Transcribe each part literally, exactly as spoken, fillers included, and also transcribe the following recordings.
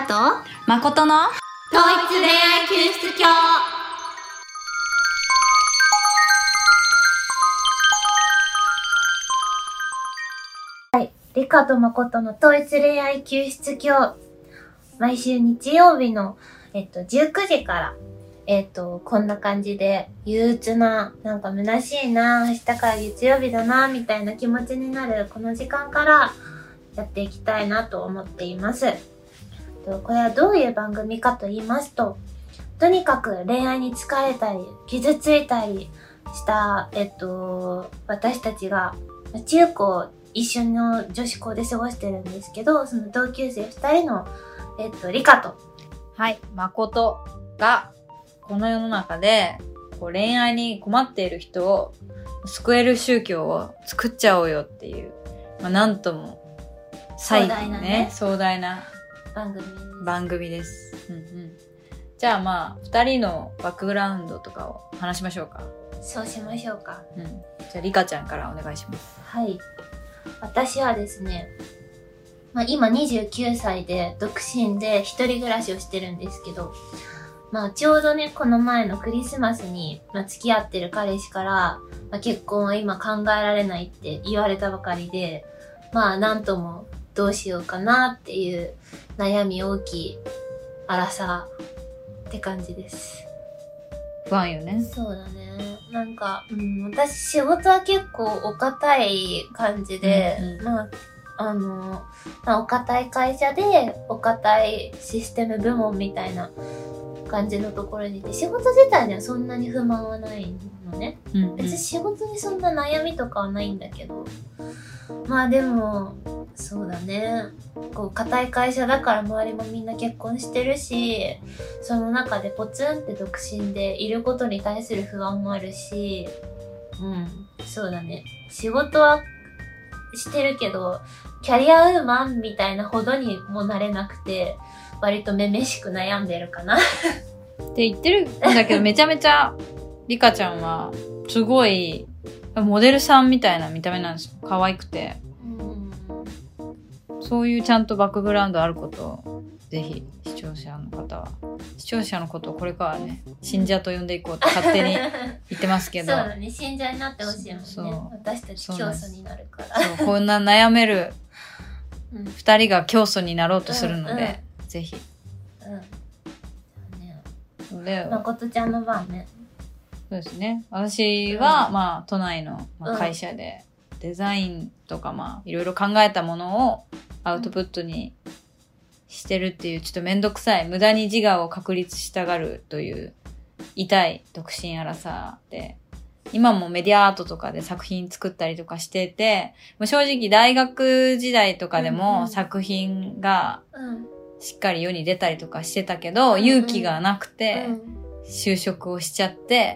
と誠の統一恋愛救出教。はい、リカと誠の統一恋愛救出教。毎週日曜日の、えっと、じゅうくじから、えっと、こんな感じで、憂鬱な、なんか虚しいな、明日から月曜日だな、みたいな気持ちになるこの時間からやっていきたいなと思っています。これはどういう番組かと言いますと、とにかく恋愛に疲れたり、傷ついたりした、えっと、私たちが、中高一緒の女子校で過ごしてるんですけど、その同級生二人の、えっと、リカと、 はい、誠が、この世の中で、こう恋愛に困っている人を救える宗教を作っちゃおうよっていう、まあ、なんとも、 壮大なね、 壮大な番組です。 番組です。うんうん。じゃあまあ、二人のバックグラウンドとかを話しましょうか。 そうしましょうか。 うん。じゃあ、リカちゃんからお願いします。 はい。私はですね、まあ今にじゅうきゅうさいで独身で一人暮らしをしてるんですけど、まあちょうどね、この前のクリスマスに、まあ、付き合ってる彼氏から、まあ、結婚は今考えられないって言われたばかりで、まあなんともどうしようかなっていう悩み大きい荒さって感じです。 不安よね。 そうだね。なんか、うん、私仕事は結構お堅い感じで、 うんうん、 まあ、あの、まあ、お堅い会社でお堅いシステム部門みたいな感じのところにいて、仕事自体にはそんなに不満はないのね。 うんうん、 別に仕事にそんな悩みとかはないんだけど、まあでも、そうだね。こう、固い会社だから周りもみんな結婚してるし、その中でポツンって独身でいることに対する不安もあるし、うん、そうだね。仕事はしてるけど、キャリアウーマンみたいなほどにもなれなくて、割とめめしく悩んでるかな。 って言ってるんだけど、めちゃめちゃ、リカちゃんは、すごい、モデルさんみたいな見た目なんですよ。可愛くて。そういうちゃんとバックグラウンドあることを、ぜひ視聴者の方は、視聴者のことをこれからね、信者と呼んでいこうって勝手に言ってますけど。 そうだね、信者になってほしいもんね。そう私たち教祖になるから。 そう、こんな悩める二人が教祖になろうとするので、 うんうん、 ぜひ。 うん。ね、で、誠ちゃんの番ね。 そうですね。私は、うん、まあ、都内の、まあ、会社で、デザインとか、まあ、いろいろ考えたものをアウトプットにしてるっていう、ちょっとめんどくさい、無駄に自我を確立したがるという、痛い独身荒さで、今もメディアアートとかで作品作ったりとかしてて、正直大学時代とかでも作品がしっかり世に出たりとかしてたけど、うんうん、勇気がなくて、就職をしちゃって、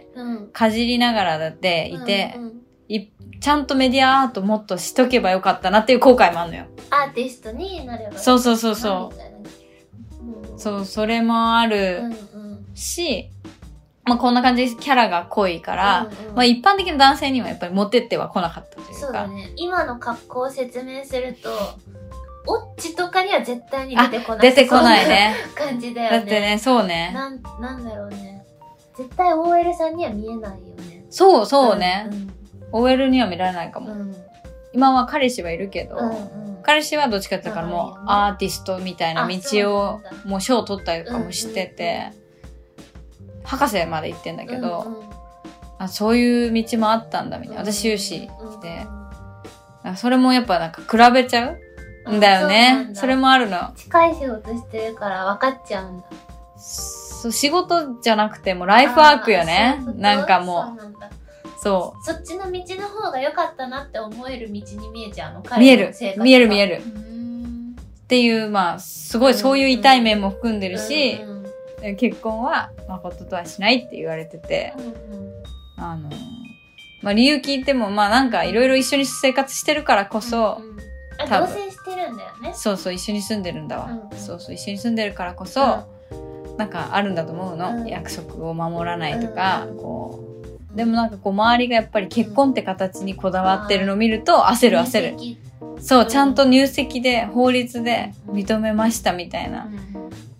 うん、かじりながらだっていて、うんうん、い、ちゃんとメディアアートもっとしとけばよかったなっていう後悔もあるのよ。 アーティストになれば。 そうそうそうそう。うん、そう、それもあるし、うんうん、まあこんな感じでキャラが濃いから、うんうん、まあ一般的な男性にはやっぱりモテては来なかったというか。 そうだね。今の格好を説明すると、オッチとかには絶対に出てこない。 出てこないね。 感じだよね。 だってね、そうね。 なん、なんだろうね。絶対 オーエル さんには見えないよね。 そうそうね。うんうん、オーエル には見られないかも。 うん、 今は彼氏はいるけど、うんうん、彼氏はどっちかっていうともうアーティストみたいな道を、もう賞を取ったりとかもしてて、うんうんうん、博士まで行ってんだけど、うんうん、あ、そういう道もあったんだみたいな。私修士で、うんうん、それもやっぱなんか比べちゃうんだよね。そ, それもあるの。 近い仕事してるから分かっちゃうんだ。 そう、仕事じゃなくてもライフワークよね。なんかもう。そう。 そっちの道の方が良かったなって思える道に見えちゃうの。 見える。見える見える。っていう、まあ、すごいそういう痛い面も含んでるし、うんうん、結婚は誠とはしないって言われてて、うんうん、あの、まあ理由聞いても、まあなんかいろいろ一緒に生活してるからこそ、 うんうん、あ、同棲してるんだよね。 そうそう、一緒に住んでるんだわ。うんうん、そうそう、一緒に住んでるからこそ、うん、なんかあるんだと思うの。うん、約束を守らないとか、うん、こう、でもなんかこう周りがやっぱり結婚って形にこだわってるのを見ると焦る焦る。そう、ちゃんと入籍で法律で認めましたみたいな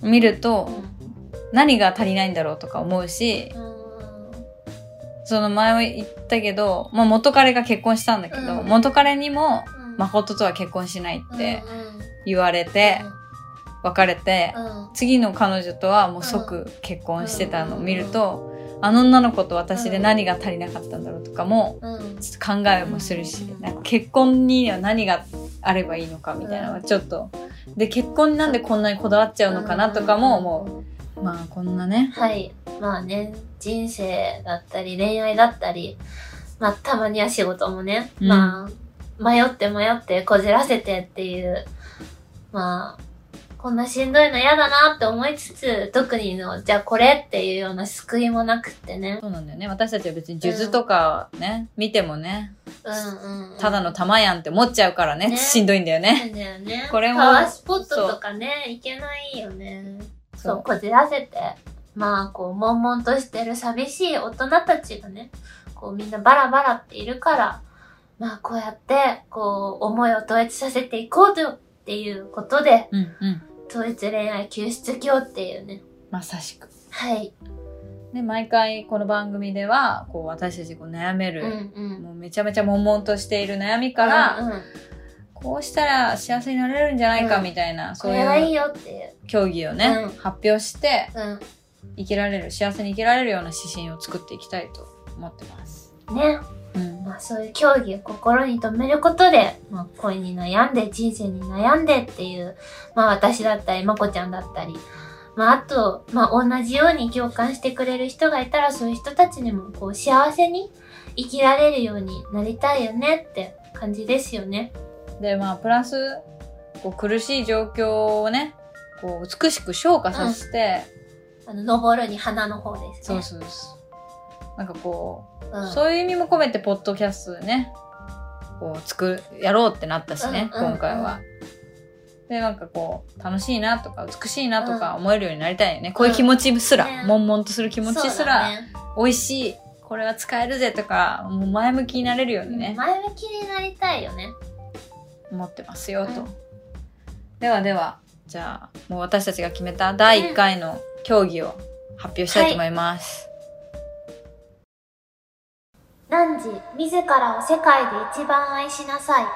見ると、 うん何が足りないんだろうとか思うし、 うん、 その前も言ったけど、まあ、元彼が結婚したんだけど、 うん、 元彼にも、 うん、 誠とは結婚しないってうん言われて、別れて、 うん、 次の彼女とはもう即結婚してたのを見ると、あの女の子と私で何が足りなかったんだろうとかも、ちょっと考えもするし、なんか結婚には何があればいいのかみたいなのはちょっと、で、結婚になんでこんなにこだわっちゃうのかなとかも思う。まあこんなね。 はい。まあね、人生だったり恋愛だったり、まあたまには仕事もね、うん、まあ迷って迷ってこじらせてっていう、まあこんなしんどいの嫌だなって思いつつ、特にの、じゃあこれっていうような救いもなくってね。 そうなんだよね。私たちは別に数珠とかね、うん、見てもね、 うんうんうん、 ただの玉やんって思っちゃうからね、ねしんどいんだよね。 そうだよね。 これも。 パワースポットとかね、いけないよね。そう、こじらせて、まあ、こう、悶々としてる寂しい大人たちがね、こう、みんなバラバラっているから、まあ、こうやって、こう、思いを統一させていこうとっていうことで、 うんうん、 統一恋愛救出教っていうね。 まさしく。 はい。 で、毎回この番組では、こう、私たちこう悩める、うんうん、もうめちゃめちゃ悶々としている悩みから、うんうん、こうしたら幸せになれるんじゃないかみたいな、うん、そういう。 これがいいよっていう。 競技をね、うん、発表して、 うん、 生きられる、幸せに生きられるような指針を作っていきたいと思ってます。 ね。うん、まあそういう競技を心に留めることで、まあ恋に悩んで、人生に悩んでっていう、まあ私だったり、まこちゃんだったり、まああと、まあ同じように共感してくれる人がいたら、そういう人たちにもこう幸せに生きられるようになりたいよねって感じですよね。 で、まあプラス、こう苦しい状況をね、こう美しく昇華させて、 うん、あの、登るに花の方ですね。そうそうそう。なんかこう、うん、そういう意味も込めてポッドキャストね、こう作る、やろうってなったしね、うんうんうん、今回は。で、なんかこう、楽しいなとか、美しいなとか思えるようになりたいよね。うん、こういう気持ちすら、ね、悶々とする気持ちすら、ね、美味しい、これは使えるぜとか、もう前向きになれるようにね。 前向きになりたいよね。 思ってますよ、と。うん、ではでは、じゃあ、もう私たちが決めただいいっかいの競技を発表したいと思います。 うんはい、汝、自らを世界で一番愛しなさい。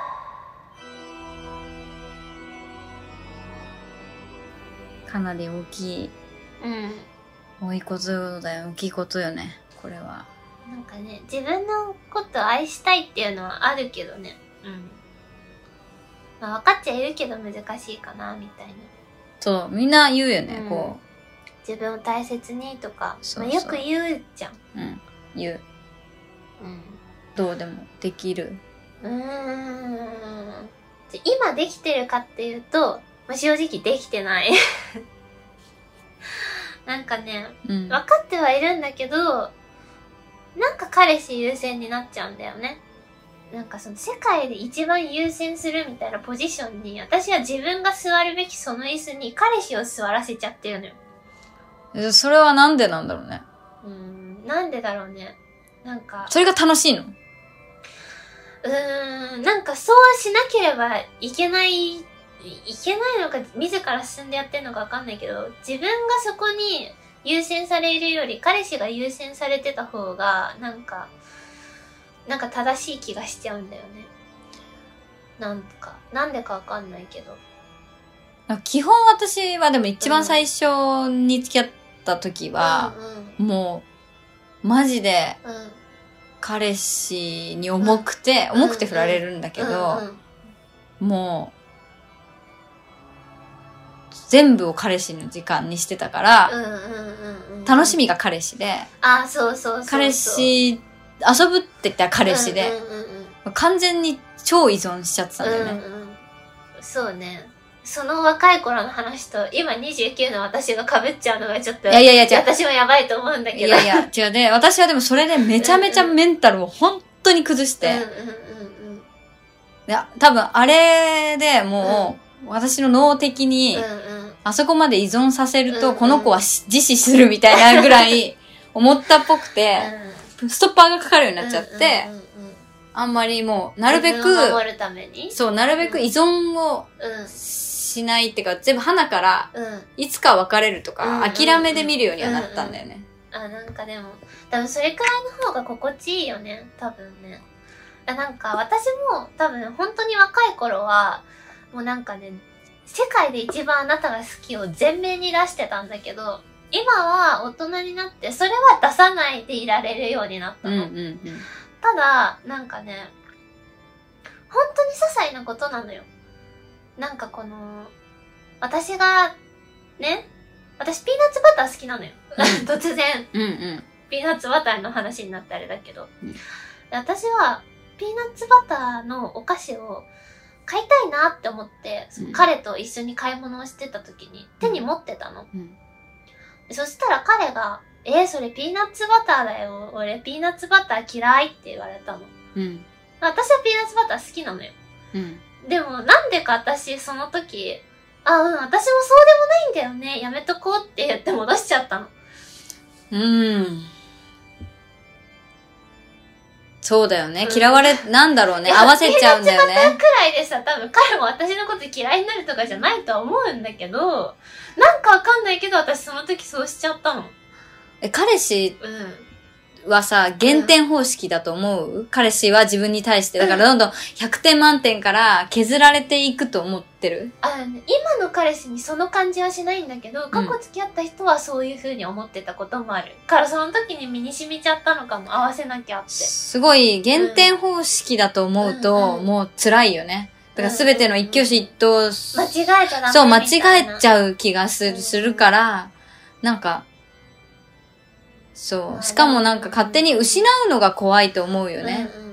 かなり大きい。うん。大いことだよ。大きいことよね。これは。 なんかね、自分のことを愛したいっていうのはあるけどね。うん。まあ分かっちゃいるけど難しいかな、みたいな。 そう、みんな言うよね、うん、こう。自分を大切にとか、そうそうまあ、よく言うじゃん。 うん、言う。うん。どうでもできる。 うーん。今できてるかっていうと、まあ、正直できてない。なんかね、うん、分かってはいるんだけど、なんか彼氏優先になっちゃうんだよね。なんかその世界で一番優先するみたいなポジションに、私は自分が座るべきその椅子に彼氏を座らせちゃってるのよ。 それはなんでなんだろうね。 うーん、なんでだろうね。なんか。 それが楽しいの？ うーん、なんかそうしなければいけない、いけないのか自ら進んでやってるのかわかんないけど、自分がそこに優先されるより彼氏が優先されてた方が、なんか、なんか正しい気がしちゃうんだよね。なんか、なんでかわかんないけど。 基本私はでも一番最初に付き合った時は、うんうん、もう、マジで、彼氏に重くて、うん、重くて振られるんだけど、うんうん、もう、全部を彼氏の時間にしてたから、楽しみが彼氏で、 あ、そうそうそうそう。 彼氏、遊ぶって言ったら彼氏で、うんうんうんうん、完全に超依存しちゃってたんだよね、 うんうん。そうね。その若い頃の話と、今にじゅうきゅうの私が被っちゃうのがちょっと、いやいやいや、私もやばいと思うんだけど。 いやいや、違うね。私はでもそれでめちゃめちゃメンタルを本当に崩して、うんうんうんうん、いや、多分あれでもう、うん、私の脳的に、うんうん、あそこまで依存させると、うんうん、この子は自死するみたいなぐらい思ったっぽくて、うん、ストッパーがかかるようになっちゃって、うんうんうんうん、あんまりもう、なるべく、 守るためにそう、なるべく依存をししないっていうか、全部花から、 うん。 いつか別れるとか、 うんうんうん、 諦めで見るようにはなったんだよね。 うんうん、あ、なんかでも、多分それくらいの方が心地いいよね。多分ね。なんか私も多分本当に若い頃は、もうなんかね、世界で一番あなたが好きを前面に出してたんだけど、今は大人になってそれは出さないでいられるようになったの。 うんうんうん、 ただ、なんかね、本当に些細なことなのよ。なんかこの、私が、ね、私ピーナッツバター好きなのよ。突然、 うんうん。 ピーナッツバターの話になったあれだけど。 うん、 で私は、ピーナッツバターのお菓子を買いたいなって思って、うん、彼と一緒に買い物をしてた時に手に持ってたの。うん、そしたら彼が、えー、それピーナッツバターだよ。俺ピーナッツバター嫌いって言われたの。うん、私はピーナッツバター好きなのよ。うん、でもなんでか私その時、あ、うん、私もそうでもないんだよね。やめとこうって言って戻しちゃったの。 うーん。そうだよね。嫌われ、なんだろうね。合わせちゃうんだよね。 ピーナッツバターくらいでさ、多分彼も私のこと嫌いになるとかじゃないとは思うんだけど、なんかわかんないけど私その時そうしちゃったの。 え、彼氏はさ、減点方式だと思う？うん、彼氏は自分に対して。だからどんどんひゃくてん満点から削られていくと思ってる？ あ、ね、今の彼氏にその感じはしないんだけど、過去付き合った人はそういう風に思ってたこともある。からその時に身に染みちゃったのかも、合わせなきゃって。 すごい減点方式だと思うと、うんうん、もう辛いよね。だから全ての一挙手一投、 間違えちゃダメ。 そう、間違えちゃう気がする、するから、なんか、そう。しかもなんか勝手に失うのが怖いと思うよね。うんうんうん、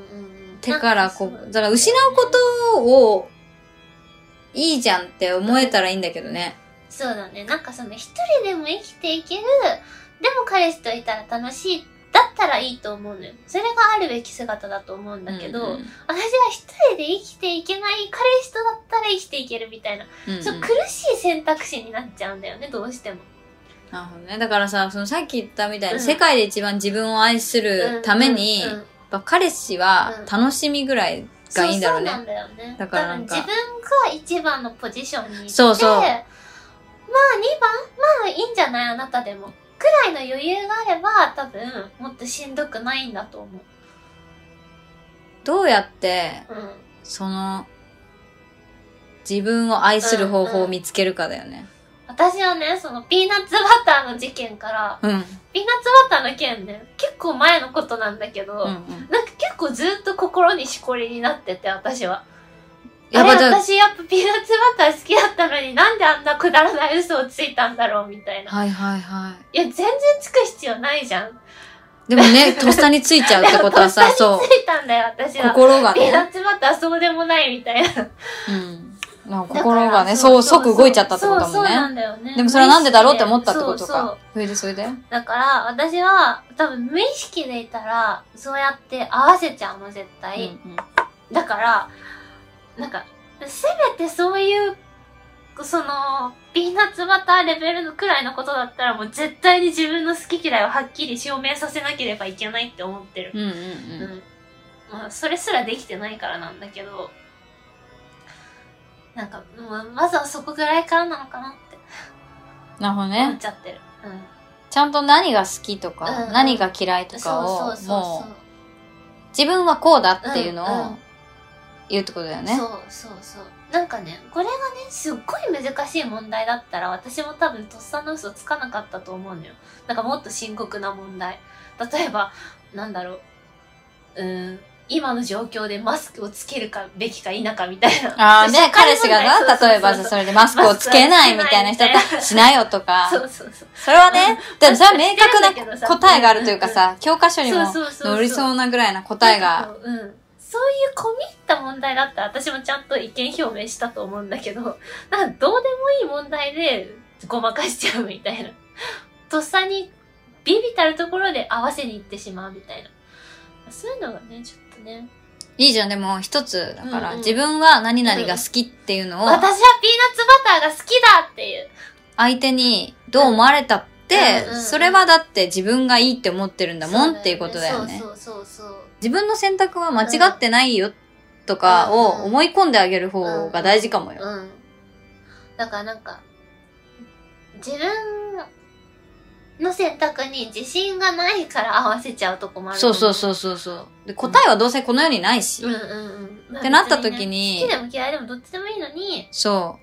手からこう、だから失うことをいいじゃんって思えたらいいんだけどね。 そうだね。なんかその一人でも生きていける、でも彼氏といたら楽しい、だったらいいと思うのよ。それがあるべき姿だと思うんだけど、うんうん、私は一人で生きていけない彼氏とだったら生きていけるみたいな、うんうん、そう苦しい選択肢になっちゃうんだよね、どうしても。 なるほどね。だからさ、そのさっき言ったみたいに、うん、世界で一番自分を愛するために、うんうんうん、やっぱ彼氏は楽しみぐらいがいいんだろうね。 そうそうなんだよね。 だからなんか自分が一番のポジションにいて、 そうそう。まあにばん、 まあいいんじゃないあなたでも。くらいの余裕があれば、多分もっとしんどくないんだと思う。 どうやって、うん、その自分を愛する方法を見つけるかだよね。うんうん、 私はね、そのピーナッツバターの事件から、うん、ピーナッツバターの件ね、結構前のことなんだけど、うんうん、なんか結構ずっと心にしこりになってて、私は。やっぱ私やっぱピーナッツバター好きだったのになんであんなくだらない嘘をついたんだろうみたいな。 はいはいはい。 いや、全然つく必要ないじゃん。 でもね、とっさについちゃうってことはさ、そう。 とっさについたんだよ、私は。 心がね。 ピーナッツバターそうでもないみたいな。 うん。なんか心がね、そう、即動いちゃったってことだもんね。 そうなんだよね。 でもそれはなんでだろうって思ったってことか。そうそう。それでそれでだから、私は、多分無意識でいたら、そうやって合わせちゃうの、絶対。うんうん、だから、なんか、せめてそういう、その、ピーナッツバターレベルのくらいのことだったらもう絶対に自分の好き嫌いをはっきり証明させなければいけないって思ってる。うんうんうん。うん、まあ、それすらできてないからなんだけど、なんか、まあ、まずはそこぐらいからなのかなって。 なるほどね。 思っちゃってる。うん。 ちゃんと何が好きとか、うんうん、何が嫌いとかを、そうそうそうそうもう、自分はこうだっていうのを、うんうん言うってことだよね。 そうそうそう。なんかね、これがね、すっごい難しい問題だったら、私も多分とっさの嘘つかなかったと思うのよ。なんかもっと深刻な問題。例えば、なんだろう。うーん、今の状況でマスクをつけるかべきか否かみたいな。 ああね、彼氏がな、例えばそれでマスクをつけないみたいな人だったらしないよとか。 そうそうそう。 それはね、でもそれは明確な答えがあるというかさ、教科書にも載りそうなぐらいな答えが。 うんそういう込み入った問題だったら私もちゃんと意見表明したと思うんだけど、なんかどうでもいい問題でごまかしちゃうみたいな。とっさにビビたるところで合わせに行ってしまうみたいな。そういうのがね、ちょっとね。 いいじゃん、でも一つ、だから、うんうん、自分は何々が好きっていうのを、うん、 私はピーナッツバターが好きだっていう。 相手にどう思われたって、うんうんうん、それはだって自分がいいって思ってるんだもんっていうことだよね。 そうそうそうそう。 自分の選択は間違ってないよとかを思い込んであげる方が大事かもよ。 うんうんうん、 だからなんか、自分の選択に自信がないから合わせちゃうとこもある。 そうそうそうそうそう。で、答えはどうせこの世にないし。 うんうんうん。まあ、 ってなった時に、 好きでも嫌いでもどっちでもいいのに、 そう。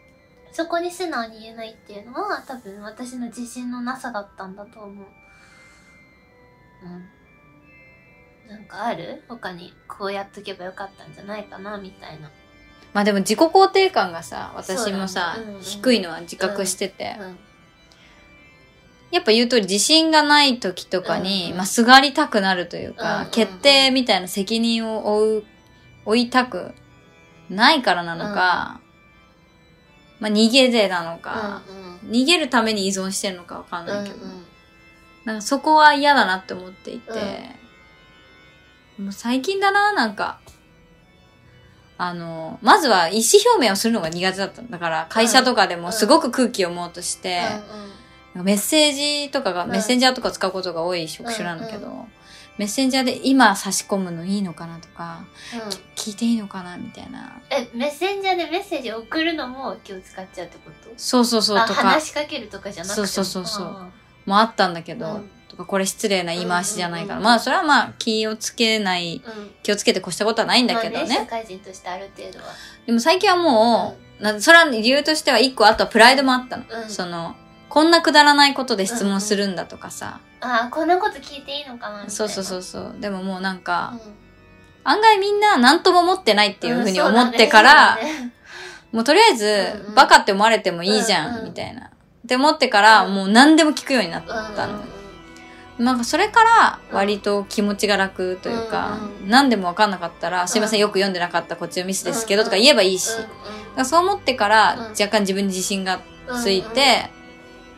そこに素直に言えないっていうのは多分私の自信のなさだったんだと思う。うん。なんかある？他にこうやっとけばよかったんじゃないかなみたいな。 まあでも自己肯定感がさ、私もさ、 ねうんうん、 低いのは自覚してて、 うんうん、 やっぱ言う通り自信がない時とかに、うんうん、まあすがりたくなるというか、うんうんうん、決定みたいな責任を負う、負いたくないからなのか、うん、まあ逃げ勢なのか、うんうん、逃げるために依存してるのかわかんないけど、うんうん、なんかそこは嫌だなって思っていて、うん、もう最近だな、なんか、あの、まずは意思表明をするのが苦手だったんだから、会社とかでもすごく空気を持おうとして、うんうん、メッセージとかが、うん、メッセンジャーとか使うことが多い職種なんだけど、うんうん、メッセンジャーで今差し込むのいいのかなとか、うん、聞いていいのかなみたいな。 え、メッセンジャーでメッセージを送るのも気を使っちゃうってこと？ そうそうそうとか。 話しかけるとかじゃなくて。 そうそうそうそう。もあったんだけど、うんとかこれ失礼な言い回しじゃないから、うんうんうん、まあそれはまあ気をつけない、うん、気をつけて越したことはないんだけどね。まあね、 社会人としてある程度は。 でも最近はもう、うん、それは理由としては一個、あとはプライドもあったの。うん、その、こんなくだらないことで質問するんだとかさ。 うんうん、ああ、こんなこと聞いていいのかなみたいな。 そうそうそうそう。でももうなんか、うん、案外みんな何とも思ってないっていうふうに思ってから、うんねね、もうとりあえず、うんうん、バカって思われてもいいじゃん、うんうん、みたいな。って思ってから、もう何でも聞くようになったの。うんうんうん、なんかそれから割と気持ちが楽というか、うんうん、何でも分かんなかったら、すいませんよく読んでなかったこっちのミスですけどとか言えばいいし、うんうん、だからそう思ってから若干自分に自信がついて、うんうん、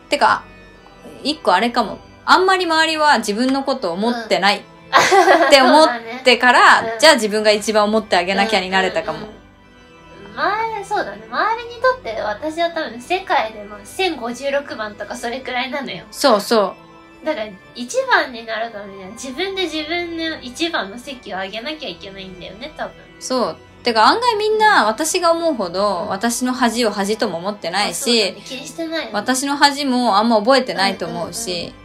てか、一個あれかも、あんまり周りは自分のことを思ってないって思ってから、ね、じゃあ自分が一番思ってあげなきゃになれたかも。うんうんうん、 前、そうだね。周りにとって私は多分世界でもせんごじゅうろくばんとかそれくらいなのよ。 そうそう。 だから一番になるためには自分で自分の一番の席を上げなきゃいけないんだよね、多分。 そう。てか案外みんな私が思うほど私の恥を恥とも思ってないし、 うんね、気にしてないよね、 私の恥もあんま覚えてないと思うし、うんうんうん、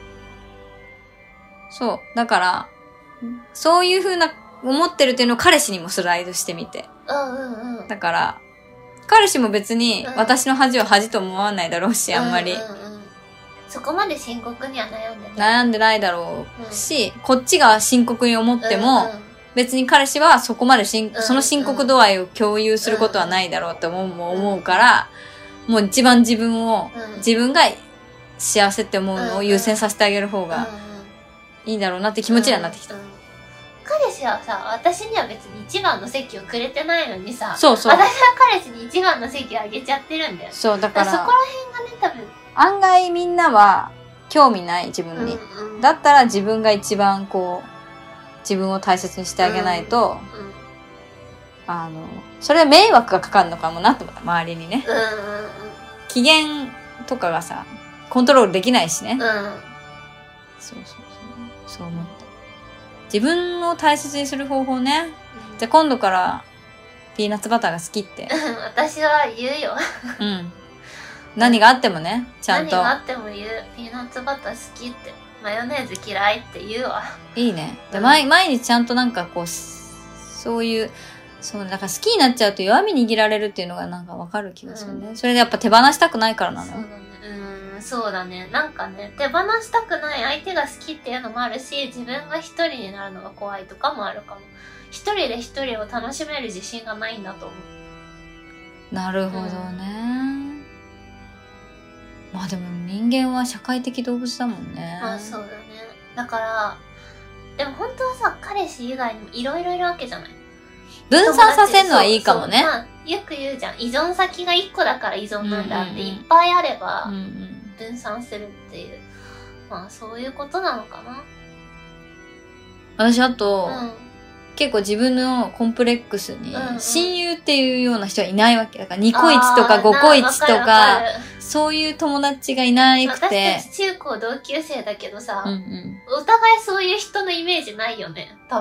そう。だから、そういう風な思ってるっていうのを彼氏にもスライドしてみて。 うんうんうん。 だから、彼氏も別に私の恥を恥と思わないだろうし、うん、あんまり、うんうんうん。 そこまで深刻には悩んでない。悩んでないだろうし、うん、こっちが深刻に思っても、うんうん、別に彼氏はそこまでしん、うんうん、その深刻度合いを共有することはないだろうって思う、も思うから、もう一番自分を、うん、自分が幸せって思うのを優先させてあげる方がいいだろうなって気持ちにはなってきた。うんうん、 彼氏はさ、私には別に一番の席をくれてないのにさ、 そうそう。 私は彼氏に一番の席をあげちゃってるんだよ。 そう、だから。 だからそこら辺がね、多分。 案外みんなは興味ない自分に。うんうん、だったら自分が一番こう、自分を大切にしてあげないと、うんうん、あの、それで迷惑がかかるのかもなと思った、周りにね。 うんうんうん、 機嫌とかがさ、コントロールできないしね。うん、そうそうそう。そう思った。自分を大切にする方法ね。うん、じゃあ今度からピーナッツバターが好きって。 私は言うよ。 うん。何があってもね、ちゃんと。 何があっても言う。ピーナッツバター好きって。マヨネーズ嫌いって言うわ。 いいね。で、うん、毎, 毎日ちゃんとなんかこう、そういう、そう、だから好きになっちゃうと弱み握られるっていうのがなんかわかる気がするね、うん。それでやっぱ手放したくないからなの。 そうだね。うん、そうだね。なんかね、手放したくない相手が好きっていうのもあるし、自分が一人になるのが怖いとかもあるかも。一人で一人を楽しめる自信がないんだと思う。 なるほどね。うん、まあでも人間は社会的動物だもんね。 まあそうだね。だから、でも本当はさ、彼氏以外にもいろいろいるわけじゃない。 分散させるのはいいかもね。 まあ、よく言うじゃん。依存先が一個だから依存なんだって、うんうん、いっぱいあれば、分散するっていう。まあそういうことなのかな。 私あと、うん、結構自分のコンプレックスに、親友っていうような人はいないわけ。だからニコイチとかゴコイチとか、そういう友達がいなくて。 私たち中高同級生だけどさ、 うんうん、 お互いそういう人のイメージないよね、多分。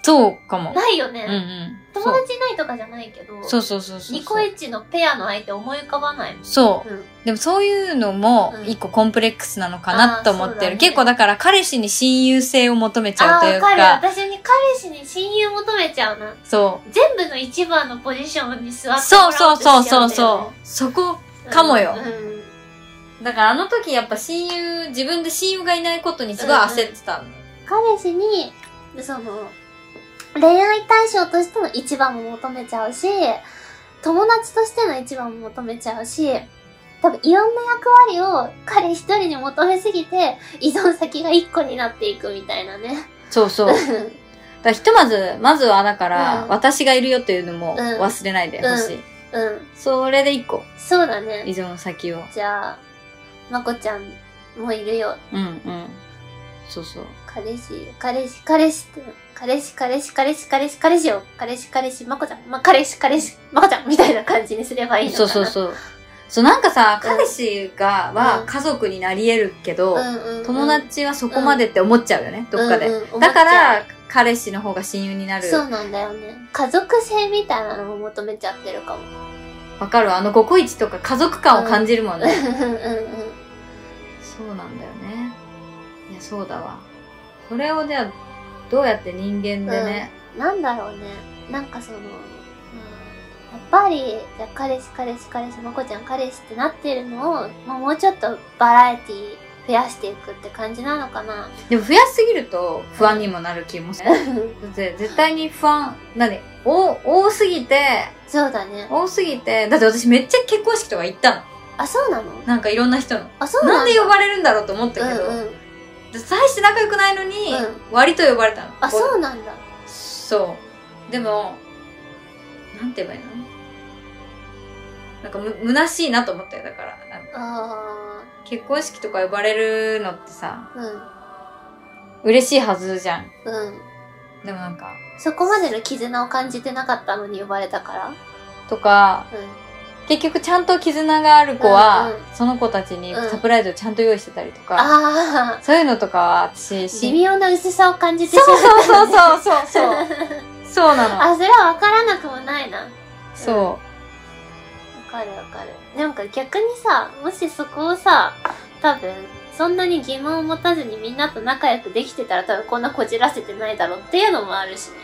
そうかも。 ないよね。 うんうん。 友達いないとかじゃないけど、 そうそうそうそう。 ニコエッチのペアの相手思い浮かばないもん。 そう。 うん、 でもそういうのも一個コンプレックスなのかなと思ってる。うんね、結構だから彼氏に親友性を求めちゃうというか。 あ、わかる。私に彼氏に親友求めちゃうな。 そう。 全部の一番のポジションに座ってもらおうとしちゃそうそうそうそうそう。そこかもよ。 うんうんだからあの時やっぱ親友、自分で親友がいないことにすごい焦ってた。うんうん、 彼氏に、その、恋愛対象としての一番も求めちゃうし、友達としての一番も求めちゃうし、多分いろんな役割を彼一人に求めすぎて、依存先が一個になっていくみたいなね。 そうそう。だからひとまず、まずはだから、うん、私がいるよっていうのも忘れないでほしい。うん。うん、それで一個。 そうだね。 依存先を。 じゃあ、まこちゃんもいるよ。 うんうん。そうそう。 彼氏、彼氏、彼氏って、彼氏、彼氏、彼氏、彼氏、彼氏を、彼氏、彼氏、まこちゃん、まあ、彼氏、彼氏、まこちゃんみたいな感じにすればいいのかな。 そうそうそう。そう、なんかさ、彼氏が、は家族になり得るけど、友達はそこまでって思っちゃうよね、どっかで。だから、彼氏の方が親友になる。 そうなんだよね。家族性みたいなのを求めちゃってるかも。 わかる？あの、ココイチとか家族感を感じるもんね。 うんうんうん。 そうなんだよね。いや、そうだわ。それをじゃあ、どうやって人間でね、 うん。なんだろうね。なんかその、うん、やっぱり、じゃあ彼氏、彼氏、彼氏、まこちゃん彼氏ってなってるのを、まあ、もうちょっとバラエティ増やしていくって感じなのかな。 でも増やしすぎると不安にもなる気もする。だって絶対に不安、なに、多、多すぎて、 そうだね。 多すぎて、だって私めっちゃ結婚式とか行ったの。 あ、そうなの？ なんかいろんな人の。 あ、そうなの？ なんで呼ばれるんだろうと思ったけど、うんうん、大して仲良くないのに、うん、割と呼ばれたの。 あ、そうなんだ。 そう。でも、なんて言えばいいの？なんかむ、虚しいなと思ったよ、だから。なんかあ結婚式とか呼ばれるのってさ、 うん、 嬉しいはずじゃん。 うん。 でもなんか、 そこまでの絆を感じてなかったのに呼ばれたからとか、うん、結局ちゃんと絆がある子は、うんうん、その子たちにサプライズをちゃんと用意してたりとか、 うん、 そういうのとかは私、 微妙な薄さを感じてしまった、ね。 そうそうそうそうそう。そうなの。 あ、それは分からなくもないな。 そう。わ、 うん、かるわかる。なんか逆にさ、もしそこをさ、多分、そんなに疑問を持たずにみんなと仲良くできてたら多分こんなこじらせてないだろうっていうのもあるしね。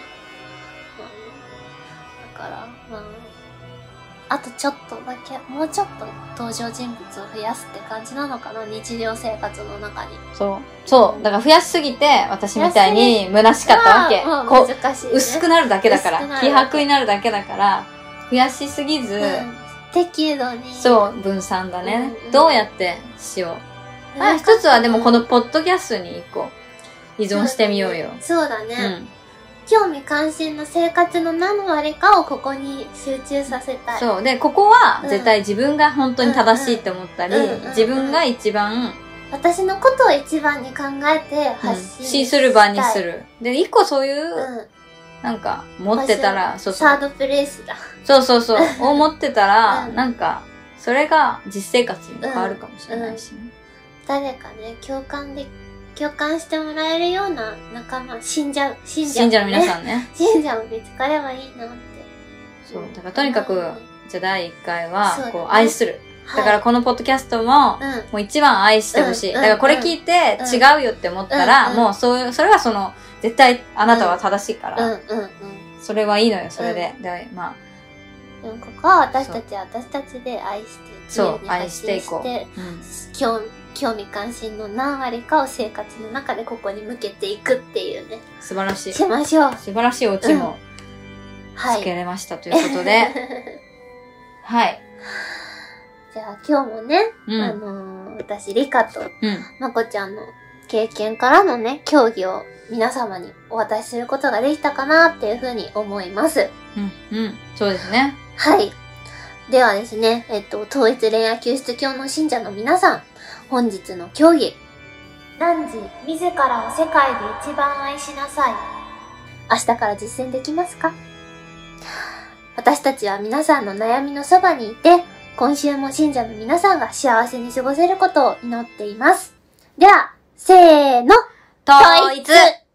だから、まあ、あとちょっとだけ、もうちょっと登場人物を増やすって感じなのかな、日常生活の中に。 そう。そう。だから増やしすぎて、私みたいに虚しかったわけ。 まあ、もう難しい、ね。 薄くなるだけだから。希薄になるだけだから、増やしすぎず、うん、 適度に。 そう、分散だね。うんうん、どうやってしよう。あ、一つはでもこのポッドキャストに一個依存してみようよ。 そうだね。うん、興味関心の生活の何割かをここに集中させたい。 そう。で、ここは絶対自分が本当に正しいって思ったり、自分が一番、 私のことを一番に考えて発信したい。 しする場にする。で、一個そういう、うん、なんか、持ってたら、 そうそう。サードプレイスだ。 そうそうそう。を持ってたら、うん、なんか、それが実生活にも変わるかもしれないしね。うんうん、 誰かね、共感で、共感してもらえるような仲間、信者、信者、ね、 信者の皆さんね。 信者も見つかればいいなって。 そう。だからとにかく、うん、じゃあだいいっかいは、こう、ね、愛する。だからこのポッドキャストも、うん、もう一番愛してほしい、うん。だからこれ聞いて違うよって思ったら、うん、もうそういう、それはその、絶対あなたは正しいから、 うんうんうんうん、 それはいいのよ、それで。うん、で、まあ。 でもここは私たちは私たちで愛して、 そう、愛していこう。うん、 興味興味関心の何割かを生活の中でここに向けていくっていうね。 素晴らしい。 しましょう。 素晴らしいオチも、つけれましたということで。はい。 じゃあ今日もね、うん、あのー、私、リカと、まこちゃんの経験からのね、競技を皆様にお渡しすることができたかなっていうふうに思います。 うん、うん。そうですね。 はい。ではですね、えっと、統一恋愛救出教の信者の皆さん、本日の競技。汝、自らを世界で一番愛しなさい。明日から実践できますか？私たちは皆さんの悩みのそばにいて、今週も信者の皆さんが幸せに過ごせることを祈っています。では、せーの、 統一